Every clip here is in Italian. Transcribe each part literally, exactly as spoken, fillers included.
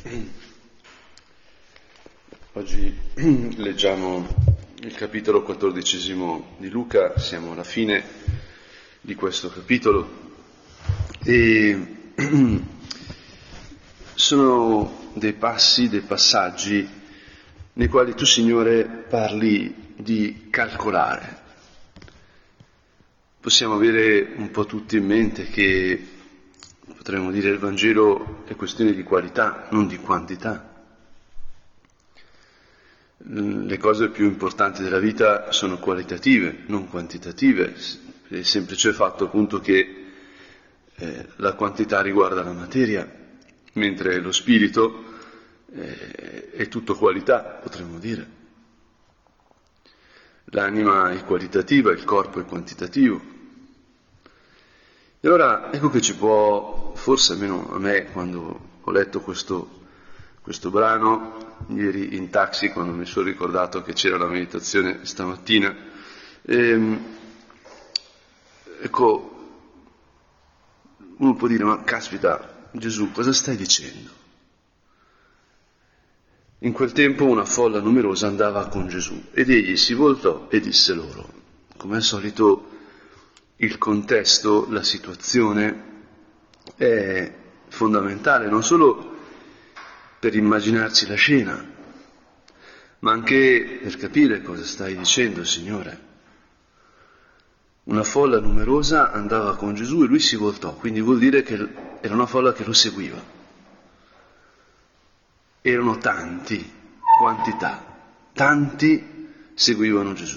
Oggi leggiamo il capitolo quattordicesimo di Luca, siamo alla fine di questo capitolo e sono dei passi, dei passaggi nei quali tu, Signore, parli di calcolare. Possiamo avere un po' tutti in mente che potremmo dire il Vangelo è questione di qualità, non di quantità. Le cose più importanti della vita sono qualitative, non quantitative, per il semplice fatto appunto che eh, la quantità riguarda la materia, mentre lo spirito eh, è tutto qualità, potremmo dire. L'anima è qualitativa, il corpo è quantitativo. E allora ecco che ci può, forse almeno a me, quando ho letto questo, questo brano, ieri in taxi, quando mi sono ricordato che c'era la meditazione stamattina, ehm, ecco, uno può dire, ma caspita, Gesù, cosa stai dicendo? In quel tempo una folla numerosa andava con Gesù ed egli si voltò e disse loro, come al solito il contesto, la situazione è fondamentale, non solo per immaginarci la scena, ma anche per capire cosa stai dicendo, Signore. Una folla numerosa andava con Gesù e lui si voltò, quindi vuol dire che era una folla che lo seguiva. Erano tanti, quantità, tanti seguivano Gesù.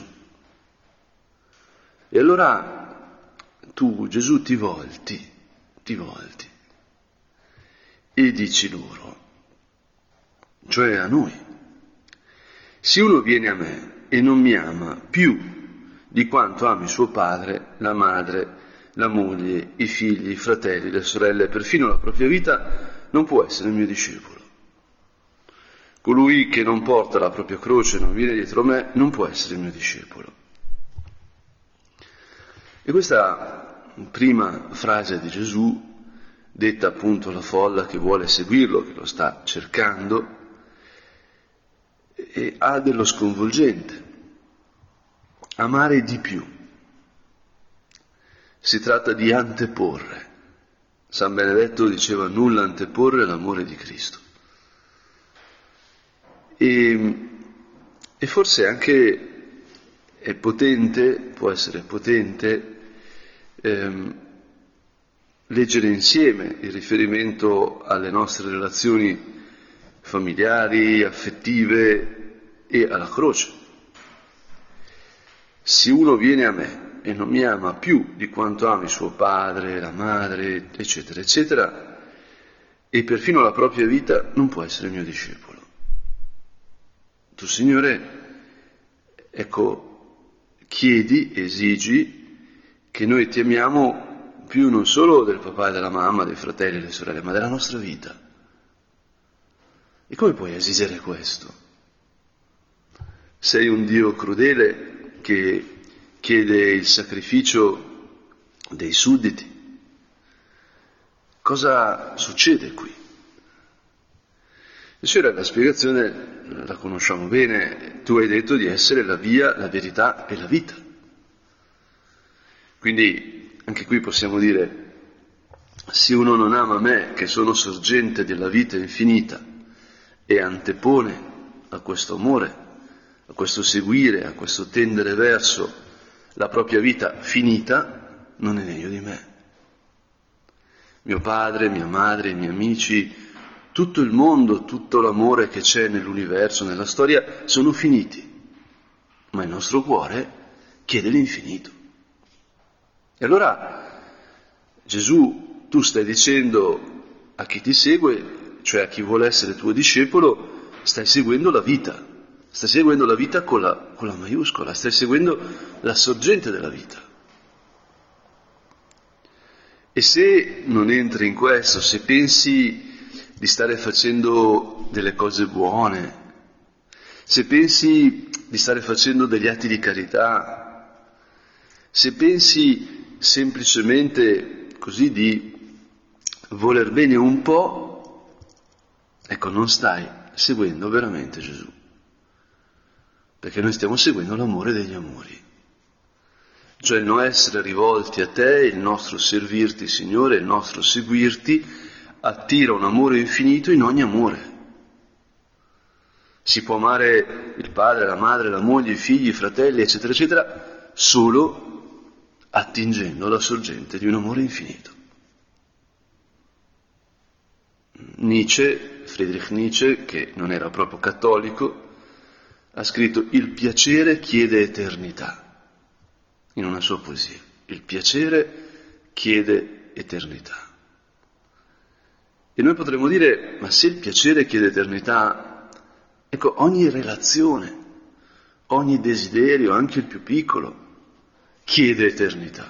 E allora tu, Gesù, ti volti, ti volti e dici loro, cioè a noi, se uno viene a me e non mi ama più di quanto ami suo padre, la madre, la moglie, i figli, i fratelli, le sorelle, perfino la propria vita, non può essere il mio discepolo. Colui che non porta la propria croce e non viene dietro me non può essere il mio discepolo. E questa prima frase di Gesù, detta appunto alla folla che vuole seguirlo, che lo sta cercando, e ha dello sconvolgente. Amare di più. Si tratta di anteporre. San Benedetto diceva nulla anteporre l'amore di Cristo. E, e forse anche è potente, può essere potente, ehm, leggere insieme il riferimento alle nostre relazioni familiari, affettive e alla croce. Se uno viene a me e non mi ama più di quanto ami suo padre, la madre, eccetera, eccetera, e perfino la propria vita, non può essere mio discepolo. Tu, Signore, ecco, chiedi, esigi che noi ti amiamo più non solo del papà e della mamma, dei fratelli e delle sorelle, ma della nostra vita. E come puoi esigere questo? Sei un Dio crudele che chiede il sacrificio dei sudditi. Cosa succede qui? E c'era la spiegazione, la conosciamo bene, tu hai detto di essere la via, la verità e la vita. Quindi anche qui possiamo dire, se uno non ama me, che sono sorgente della vita infinita, e antepone a questo amore, a questo seguire, a questo tendere verso la propria vita finita, non è degno di me. Mio padre, mia madre, i miei amici, tutto il mondo, tutto l'amore che c'è nell'universo, nella storia, sono finiti, ma il nostro cuore chiede l'infinito. E allora, Gesù, tu stai dicendo a chi ti segue, cioè a chi vuole essere tuo discepolo, stai seguendo la vita, stai seguendo la vita con la, con la maiuscola, stai seguendo la sorgente della vita. E se non entri in questo, se pensi di stare facendo delle cose buone, se pensi di stare facendo degli atti di carità, se pensi semplicemente così di voler bene un po', ecco, non stai seguendo veramente Gesù, perché noi stiamo seguendo l'amore degli amori, cioè il non essere rivolti a te, il nostro servirti, Signore, il nostro seguirti, attira un amore infinito in ogni amore. Si può amare il padre, la madre, la moglie, i figli, i fratelli, eccetera, eccetera, solo attingendo alla sorgente di un amore infinito. Nietzsche, Friedrich Nietzsche, che non era proprio cattolico, ha scritto «Il piacere chiede eternità» in una sua poesia. Il piacere chiede eternità. E noi potremmo dire, ma se il piacere chiede eternità, ecco, ogni relazione, ogni desiderio, anche il più piccolo, chiede eternità.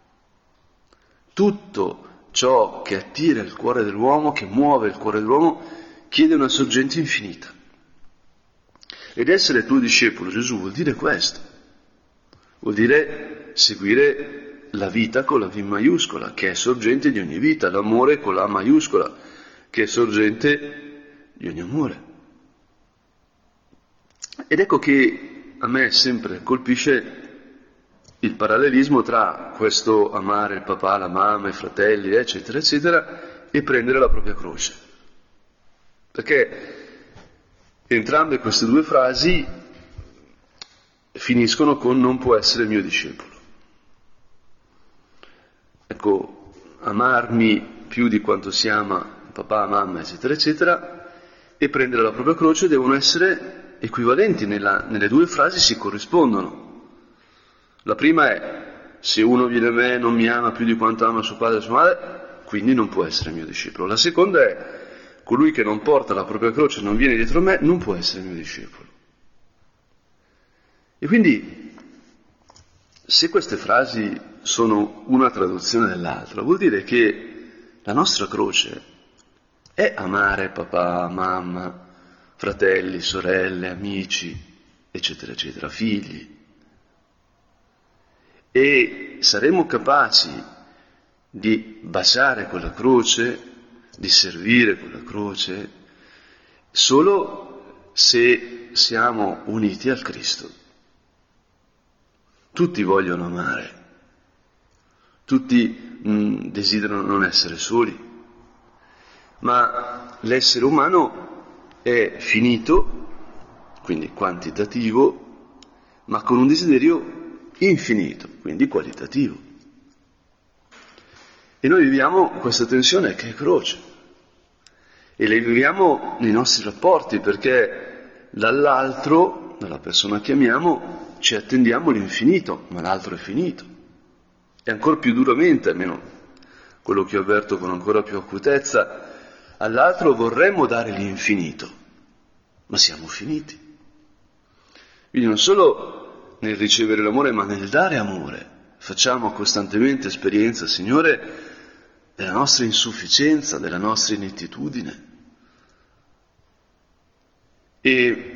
Tutto ciò che attira il cuore dell'uomo, che muove il cuore dell'uomo, chiede una sorgente infinita. Ed essere tuo discepolo, Gesù, vuol dire questo. Vuol dire seguire la vita con la V maiuscola, che è sorgente di ogni vita, l'amore con la A maiuscola, che è sorgente di ogni amore. Ed ecco che a me sempre colpisce il parallelismo tra questo amare il papà, la mamma, i fratelli, eccetera, eccetera, e prendere la propria croce. Perché entrambe queste due frasi finiscono con non può essere mio discepolo. Ecco, amarmi più di quanto si ama papà, mamma, eccetera, eccetera, e prendere la propria croce devono essere equivalenti, nella, nelle due frasi si corrispondono. La prima è, se uno viene a me e non mi ama più di quanto ama suo padre e sua madre, quindi non può essere mio discepolo. La seconda è, colui che non porta la propria croce e non viene dietro a me, non può essere mio discepolo. E quindi, se queste frasi sono una traduzione dell'altra, vuol dire che la nostra croce è amare papà, mamma, fratelli, sorelle, amici, eccetera, eccetera, figli. E saremo capaci di baciare quella croce, di servire quella croce, solo se siamo uniti al Cristo. Tutti vogliono amare, tutti mh, desiderano non essere soli, ma l'essere umano è finito, quindi quantitativo, ma con un desiderio infinito, quindi qualitativo. E noi viviamo questa tensione che è croce, e le viviamo nei nostri rapporti, perché dall'altro, dalla persona che amiamo, ci attendiamo l'infinito, ma l'altro è finito. E ancora più duramente, almeno quello che io avverto con ancora più acutezza, all'altro vorremmo dare l'infinito, ma siamo finiti. Quindi non solo nel ricevere l'amore, ma nel dare amore. Facciamo costantemente esperienza, Signore, della nostra insufficienza, della nostra inettitudine. E,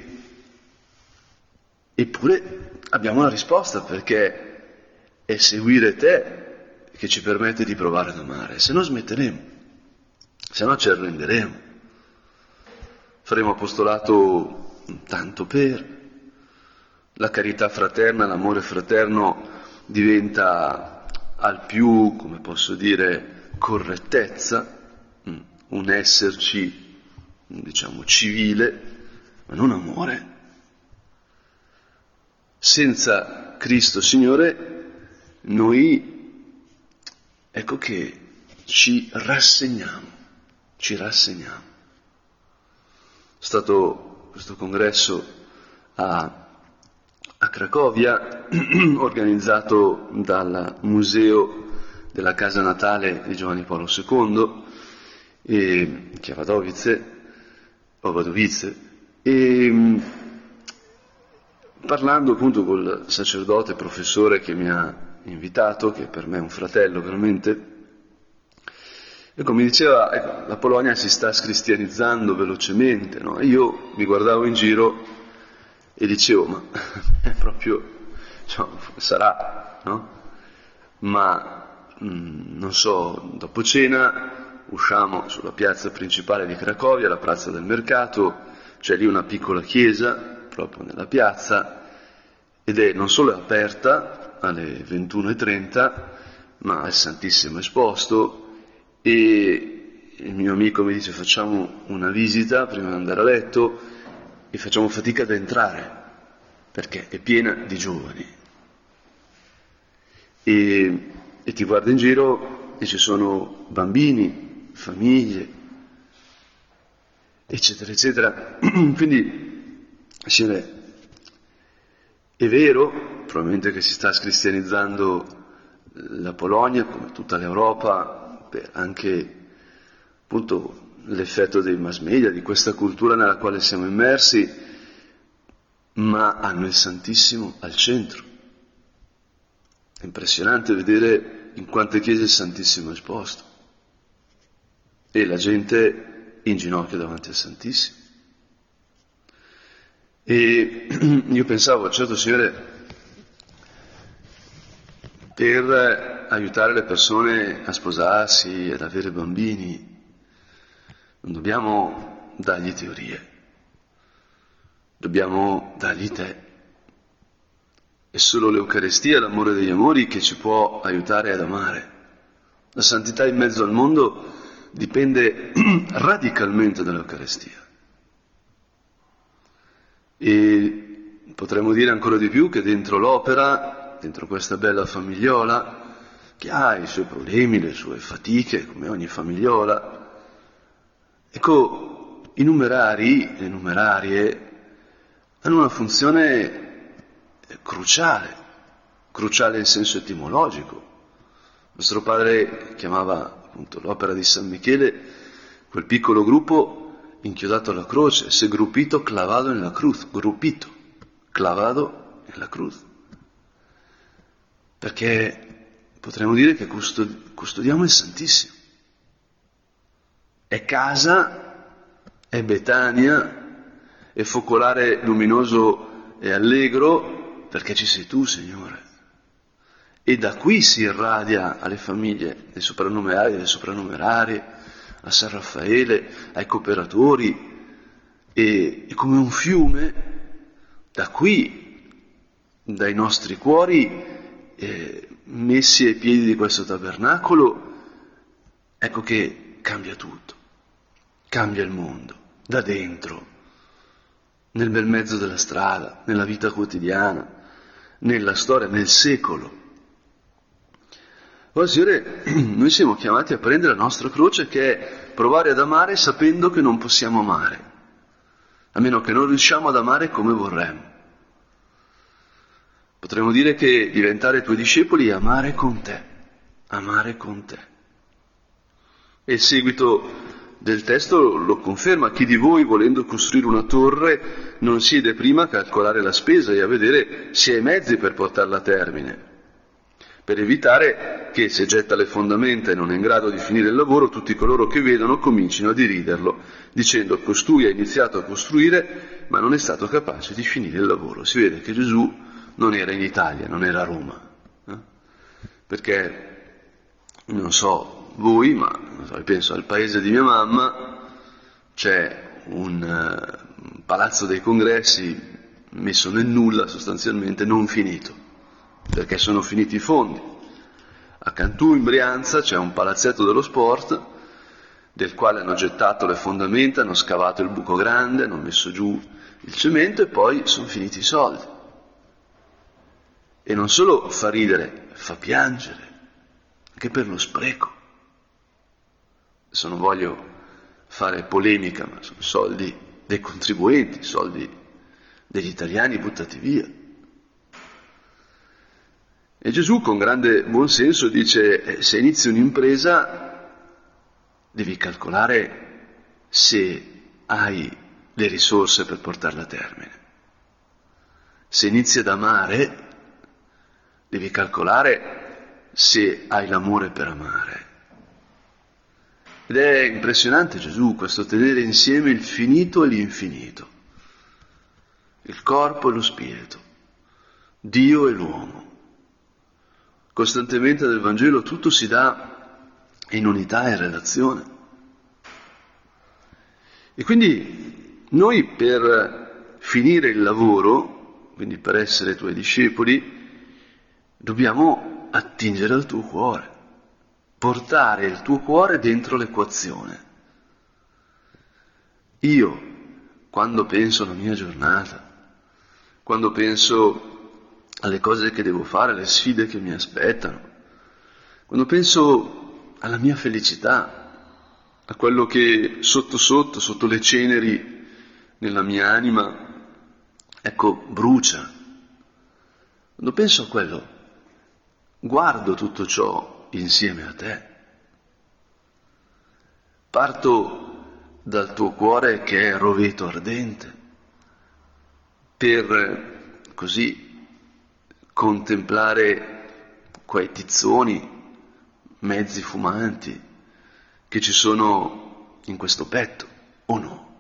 eppure abbiamo una risposta, perché è seguire te che ci permette di provare ad amare, se no smetteremo, se no ci arrenderemo. Faremo apostolato tanto per, la carità fraterna, l'amore fraterno diventa al più, come posso dire, correttezza, un esserci, diciamo, civile, ma non amore. Senza Cristo Signore noi, ecco che ci rassegniamo, ci rassegniamo. È stato questo congresso a, a Cracovia, organizzato dal Museo della Casa Natale di Giovanni Paolo secondo, e, che è a Wadowice, o Wadowice, e parlando appunto col sacerdote professore che mi ha invitato, che per me è un fratello veramente, ecco, mi diceva, ecco, la Polonia si sta scristianizzando velocemente, no? Io mi guardavo in giro e dicevo, ma è proprio, cioè, sarà, no? Ma mh, non so, dopo cena usciamo sulla piazza principale di Cracovia, la piazza del mercato, c'è lì una piccola chiesa, proprio nella piazza, ed è non solo aperta alle ventuno e trenta, ma è Santissimo esposto, e il mio amico mi dice facciamo una visita prima di andare a letto e facciamo fatica ad entrare, perché è piena di giovani. E, e ti guardi in giro e ci sono bambini, famiglie, eccetera, eccetera. Quindi, Signore, è vero, probabilmente che si sta scristianizzando la Polonia, come tutta l'Europa, per anche appunto l'effetto dei mass media, di questa cultura nella quale siamo immersi, ma hanno il Santissimo al centro. È impressionante vedere in quante chiese il Santissimo è esposto e la gente in ginocchio davanti al Santissimo. E io pensavo, certo Signore, per aiutare le persone a sposarsi, ad avere bambini, non dobbiamo dargli teorie, dobbiamo dargli te. È solo l'Eucaristia, l'amore degli amori, che ci può aiutare ad amare. La santità in mezzo al mondo dipende radicalmente dall'Eucaristia. E potremmo dire ancora di più che dentro l'opera, dentro questa bella famigliola, che ha i suoi problemi, le sue fatiche, come ogni famigliola, ecco, i numerari, le numerarie, hanno una funzione cruciale, cruciale in senso etimologico. Nostro padre chiamava appunto l'opera di San Michele quel piccolo gruppo inchiodato alla croce, se gruppito clavado en la cruz, gruppito, clavado en la cruz. Perché potremmo dire che custodiamo il Santissimo. È casa, è Betania, è focolare luminoso e allegro, perché ci sei tu, Signore. E da qui si irradia alle famiglie dei soprannumerari e delle soprannumerari, a San Raffaele, ai cooperatori, e, e come un fiume, da qui, dai nostri cuori, eh, messi ai piedi di questo tabernacolo, ecco che cambia tutto, cambia il mondo, da dentro, nel bel mezzo della strada, nella vita quotidiana, nella storia, nel secolo. Ora, Signore, noi siamo chiamati a prendere la nostra croce, che è provare ad amare sapendo che non possiamo amare, a meno che non riusciamo ad amare come vorremmo. Potremmo dire che diventare tuoi discepoli è amare con te, amare con te. E il seguito del testo lo conferma: chi di voi, volendo costruire una torre, non siede prima a calcolare la spesa e a vedere se ha i mezzi per portarla a termine, per evitare che, se getta le fondamenta e non è in grado di finire il lavoro, tutti coloro che vedono comincino a deriderlo, dicendo: costui ha iniziato a costruire, ma non è stato capace di finire il lavoro. Si vede che Gesù non era in Italia, non era a Roma, eh? Perché, non so voi, ma non so, penso al paese di mia mamma, c'è un, uh, un palazzo dei congressi messo nel nulla, sostanzialmente non finito, perché sono finiti i fondi. A Cantù, in Brianza, c'è un palazzetto dello sport, del quale hanno gettato le fondamenta, hanno scavato il buco grande, hanno messo giù il cemento e poi sono finiti i soldi. E non solo fa ridere, fa piangere, anche per lo spreco. Adesso non voglio fare polemica, ma sono soldi dei contribuenti, soldi degli italiani buttati via. E Gesù, con grande buonsenso, dice: eh, se inizi un'impresa devi calcolare se hai le risorse per portarla a termine. Se inizi ad amare devi calcolare se hai l'amore per amare. Ed è impressionante Gesù, questo tenere insieme il finito e l'infinito, il corpo e lo spirito, Dio e l'uomo. Costantemente nel Vangelo tutto si dà in unità e in relazione. E quindi noi per finire il lavoro, quindi per essere tuoi discepoli, dobbiamo attingere al tuo cuore, portare il tuo cuore dentro l'equazione. Io, quando penso alla mia giornata, quando penso alle cose che devo fare, alle sfide che mi aspettano, quando penso alla mia felicità, a quello che sotto sotto, sotto le ceneri nella mia anima, ecco, brucia. Quando penso a quello, guardo tutto ciò insieme a te. Parto dal tuo cuore che è roveto ardente, per così contemplare quei tizzoni mezzi fumanti che ci sono in questo petto, o no?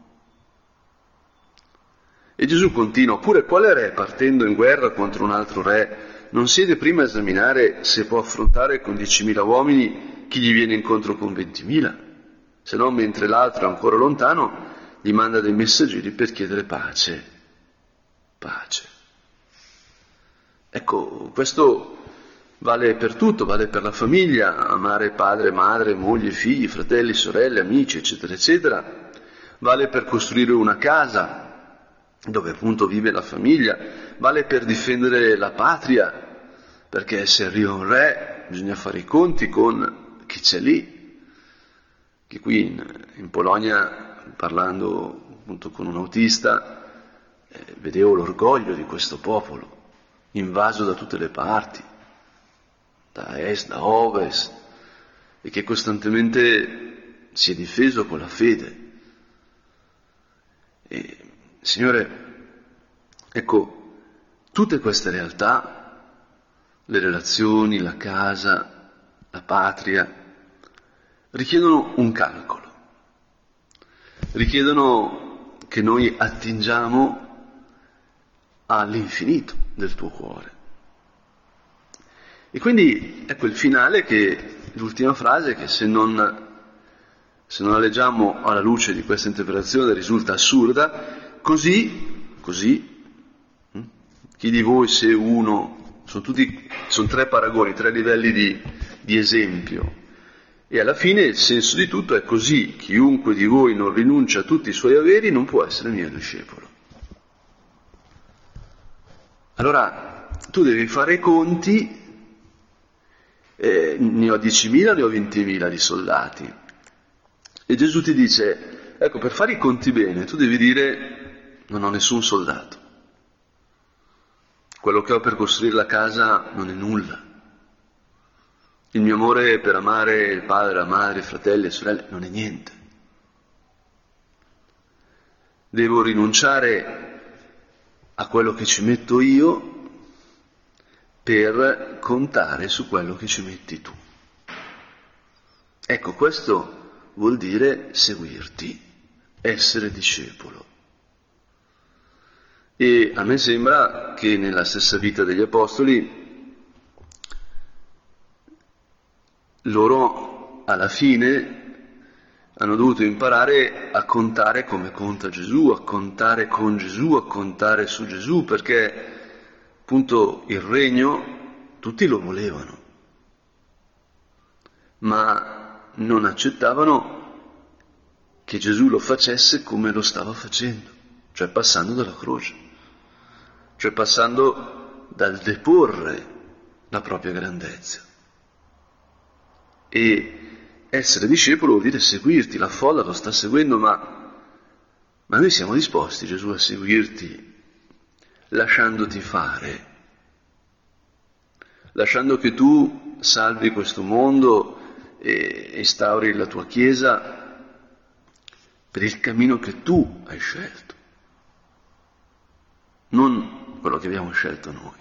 E Gesù continua, oppure quale re, partendo in guerra contro un altro re, non siede prima a esaminare se può affrontare con diecimila uomini chi gli viene incontro con ventimila? Se no, mentre l'altro è ancora lontano, gli manda dei messaggeri per chiedere pace. Pace. Ecco, questo vale per tutto, vale per la famiglia, amare padre, madre, moglie, figli, fratelli, sorelle, amici, eccetera, eccetera. Vale per costruire una casa, dove appunto vive la famiglia, vale per difendere la patria, perché se arriva un re bisogna fare i conti con chi c'è lì. Che qui in, in Polonia, parlando appunto con un autista, eh, vedevo l'orgoglio di questo popolo, invaso da tutte le parti, da est, da ovest, e che costantemente si è difeso con la fede. E, Signore, ecco, tutte queste realtà, le relazioni, la casa, la patria, richiedono un calcolo, richiedono che noi attingiamo all'infinito del tuo cuore. E quindi ecco il finale, che l'ultima frase, che se non, se non la leggiamo alla luce di questa interpretazione risulta assurda, così, così, hm? Chi di voi se uno, sono tutti, sono tre paragoni, tre livelli di, di esempio. E alla fine il senso di tutto è così: chiunque di voi non rinuncia a tutti i suoi averi non può essere mio discepolo. Allora tu devi fare i conti, eh, ne ho diecimila, ne ho ventimila di soldati, e Gesù ti dice, ecco, per fare i conti bene tu devi dire non ho nessun soldato, quello che ho per costruire la casa non è nulla. Il mio amore per amare il padre, la madre, i fratelli e sorelle non è niente. Devo rinunciare a quello che ci metto io per contare su quello che ci metti tu. Ecco, questo vuol dire seguirti, essere discepolo. E a me sembra che nella stessa vita degli apostoli loro alla fine hanno dovuto imparare a contare come conta Gesù, a contare con Gesù, a contare su Gesù, perché appunto il regno tutti lo volevano, ma non accettavano che Gesù lo facesse come lo stava facendo, cioè passando dalla croce, cioè passando dal deporre la propria grandezza. E essere discepolo vuol dire seguirti, la folla lo sta seguendo, ma, ma noi siamo disposti, Gesù, a seguirti lasciandoti fare, lasciando che tu salvi questo mondo e instauri la tua Chiesa per il cammino che tu hai scelto, non quello che abbiamo scelto noi.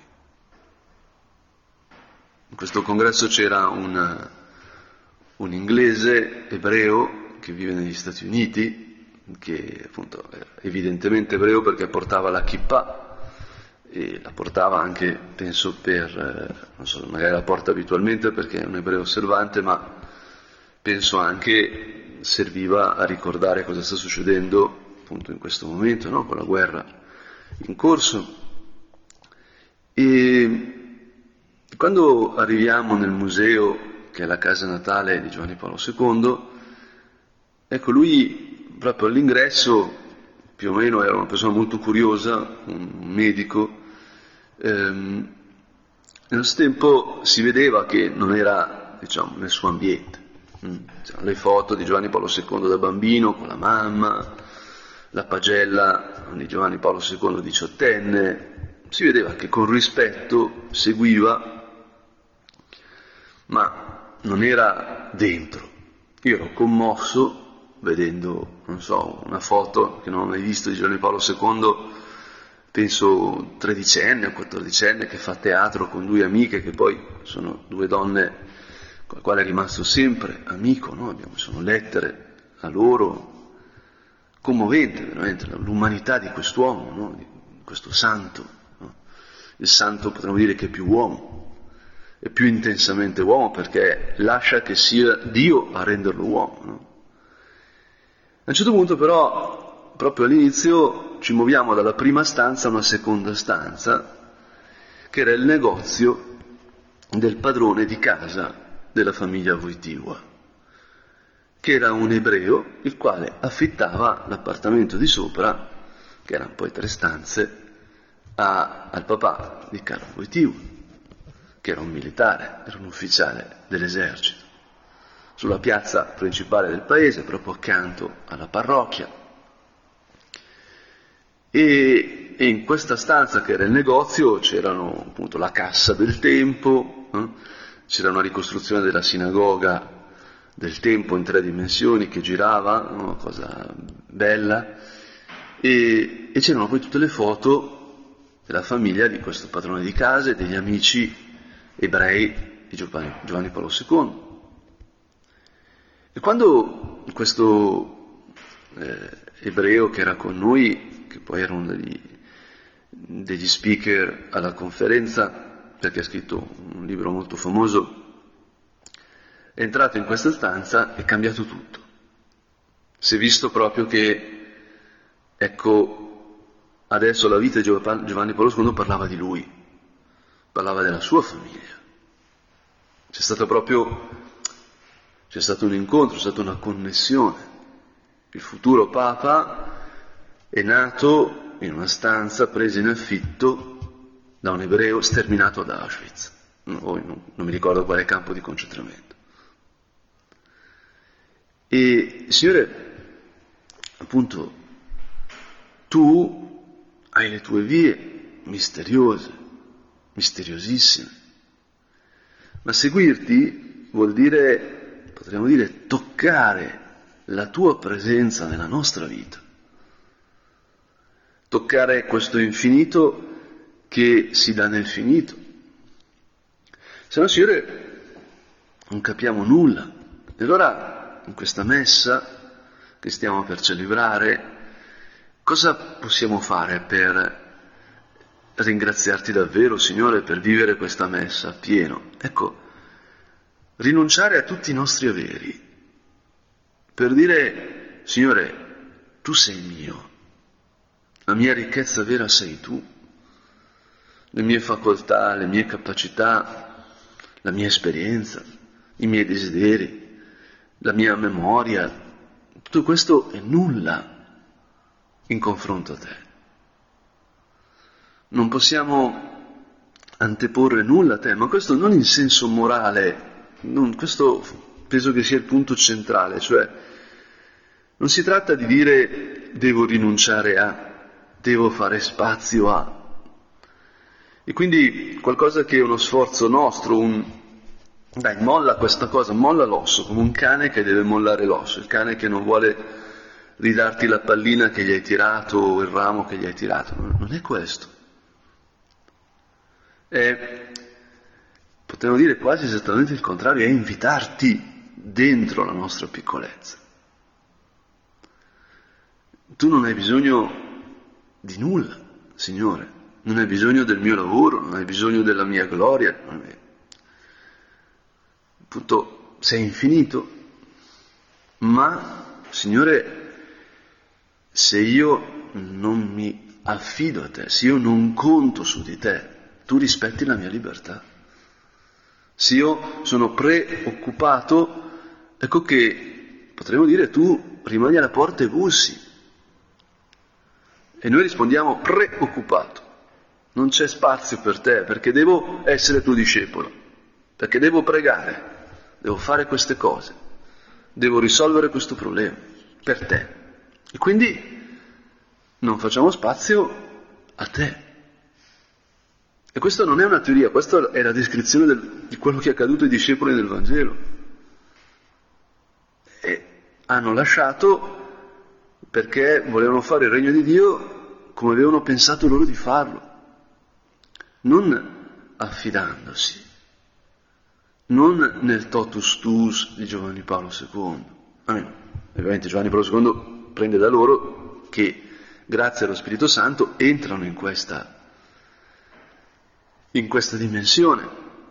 In questo congresso c'era un, un inglese ebreo che vive negli Stati Uniti, che appunto era evidentemente ebreo perché portava la kippah, e la portava anche, penso, per, non so, magari la porta abitualmente perché è un ebreo osservante, ma penso anche serviva a ricordare cosa sta succedendo appunto in questo momento, no? Con la guerra in corso. E quando arriviamo nel museo, che è la casa natale di Giovanni Paolo secondo, ecco, lui proprio all'ingresso, più o meno era una persona molto curiosa, un medico, ehm, nello stesso tempo si vedeva che non era, diciamo, nel suo ambiente. Mm. Cioè, le foto di Giovanni Paolo secondo da bambino con la mamma, la pagella di Giovanni Paolo secondo diciottenne, si vedeva che con rispetto seguiva, ma non era dentro. Io ero commosso vedendo, non so, una foto che non ho mai visto di Giovanni Paolo secondo, penso tredicenne o quattordicenne, che fa teatro con due amiche che poi sono due donne con le quali è rimasto sempre amico, no? Abbiamo, sono lettere a loro, commovente veramente l'umanità di quest'uomo, no? Di questo santo, no? Il santo potremmo dire che è più uomo, è più intensamente uomo perché lascia che sia Dio a renderlo uomo, no? A un certo punto però, proprio all'inizio, ci muoviamo dalla prima stanza a una seconda stanza, che era il negozio del padrone di casa della famiglia Wojtyła, che era un ebreo il quale affittava l'appartamento di sopra, che erano poi tre stanze, a, al papà di Karol Wojtyła, che era un militare, era un ufficiale dell'esercito, sulla piazza principale del paese, proprio accanto alla parrocchia. E, e in questa stanza, che era il negozio, c'erano appunto la cassa del tempo, eh? C'era una ricostruzione della sinagoga del tempo in tre dimensioni che girava, una cosa bella, e, e c'erano poi tutte le foto della famiglia di questo padrone di casa e degli amici ebrei di Giovanni, Giovanni Paolo secondo. E quando questo eh, ebreo che era con noi, che poi era uno degli, degli speaker alla conferenza, perché ha scritto un libro molto famoso, è entrato in questa stanza, è cambiato tutto. Si è visto proprio che, ecco, adesso la vita di Giovanni Paolo secondo parlava di lui, parlava della sua famiglia. C'è stato proprio... C'è stato un incontro, c'è stata una connessione. Il futuro Papa è nato in una stanza presa in affitto da un ebreo sterminato ad Auschwitz, o non, non mi ricordo quale campo di concentramento. E, Signore, appunto, tu hai le tue vie misteriose, misteriosissime, ma seguirti vuol dire... potremmo dire, toccare la tua presenza nella nostra vita, toccare questo infinito che si dà nel finito. Se no, Signore, non capiamo nulla. E allora, in questa messa che stiamo per celebrare, cosa possiamo fare per ringraziarti davvero, Signore, per vivere questa messa a pieno? Ecco, rinunciare a tutti i nostri averi, per dire, Signore, tu sei mio, la mia ricchezza vera sei tu, le mie facoltà, le mie capacità, la mia esperienza, i miei desideri, la mia memoria, tutto questo è nulla in confronto a te. Non possiamo anteporre nulla a te, ma questo non in senso morale. Non, questo penso che sia il punto centrale, cioè non si tratta di dire devo rinunciare a, devo fare spazio a, e quindi qualcosa che è uno sforzo nostro, un dai, molla questa cosa, molla l'osso, come un cane che deve mollare l'osso, il cane che non vuole ridarti la pallina che gli hai tirato o il ramo che gli hai tirato, non è questo. È, potremmo dire quasi esattamente il contrario, è invitarti dentro la nostra piccolezza. Tu non hai bisogno di nulla, Signore, non hai bisogno del mio lavoro, non hai bisogno della mia gloria, non hai... appunto sei infinito, ma, Signore, se io non mi affido a te, se io non conto su di te, tu rispetti la mia libertà. Se io sono preoccupato, ecco che potremmo dire tu rimani alla porta e bussi. E noi rispondiamo preoccupato. Non c'è spazio per te, perché devo essere tuo discepolo, perché devo pregare, devo fare queste cose, devo risolvere questo problema per te. E quindi non facciamo spazio a te. E questa non è una teoria, questa è la descrizione del, di quello che è accaduto ai discepoli del Vangelo. E hanno lasciato perché volevano fare il regno di Dio come avevano pensato loro di farlo, non affidandosi, non nel totus tuus di Giovanni Paolo secondo. Amen. Ovviamente Giovanni Paolo secondo prende da loro che grazie allo Spirito Santo entrano in questa in questa dimensione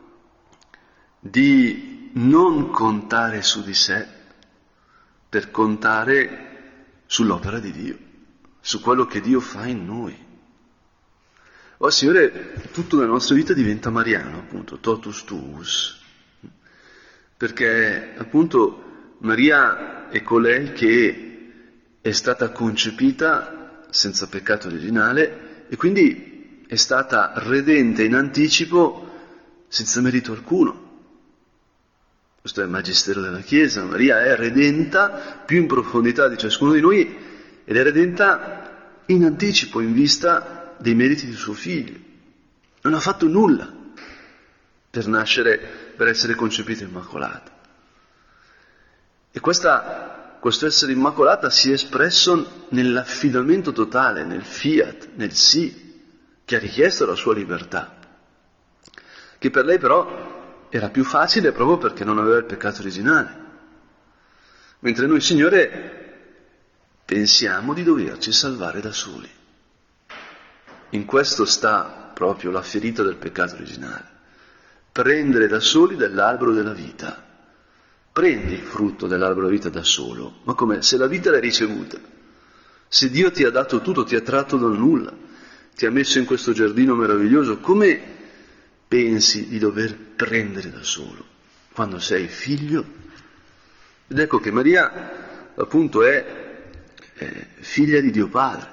di non contare su di sé per contare sull'opera di Dio, su quello che Dio fa in noi. Oh Signore, tutto nella nostra vita diventa mariano, appunto, totus tuus, perché appunto Maria è colei che è stata concepita senza peccato originale e quindi è stata redenta in anticipo senza merito alcuno. Questo è il magistero della Chiesa. Maria è redenta più in profondità di ciascuno di noi ed è redenta in anticipo, in vista dei meriti di suo figlio. Non ha fatto nulla per nascere, per essere concepita immacolata. E questa, questo essere immacolata si è espresso nell'affidamento totale, nel fiat, nel sì, che ha richiesto la sua libertà, che per lei però era più facile proprio perché non aveva il peccato originale. Mentre noi, Signore, pensiamo di doverci salvare da soli. In questo sta proprio la ferita del peccato originale. Prendere da soli dell'albero della vita. Prendi il frutto dell'albero della vita da solo, ma come? Se la vita l'hai ricevuta, se Dio ti ha dato tutto, ti ha tratto dal nulla, ti ha messo in questo giardino meraviglioso, come pensi di dover prendere da solo quando sei figlio? Ed ecco che Maria appunto è, è figlia di Dio Padre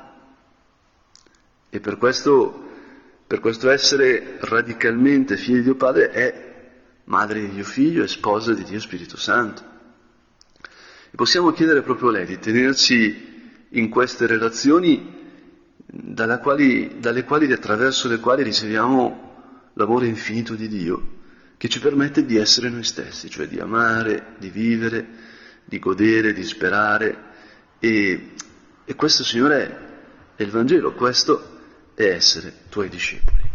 e per questo, per questo essere radicalmente figlia di Dio Padre è madre di Dio Figlio e sposa di Dio Spirito Santo. E possiamo chiedere proprio a lei di tenerci in queste relazioni Dalle quali, dalle quali, attraverso le quali riceviamo l'amore infinito di Dio, che ci permette di essere noi stessi, cioè di amare, di vivere, di godere, di sperare. E, e questo, Signore, è il Vangelo, questo è essere Tuoi discepoli.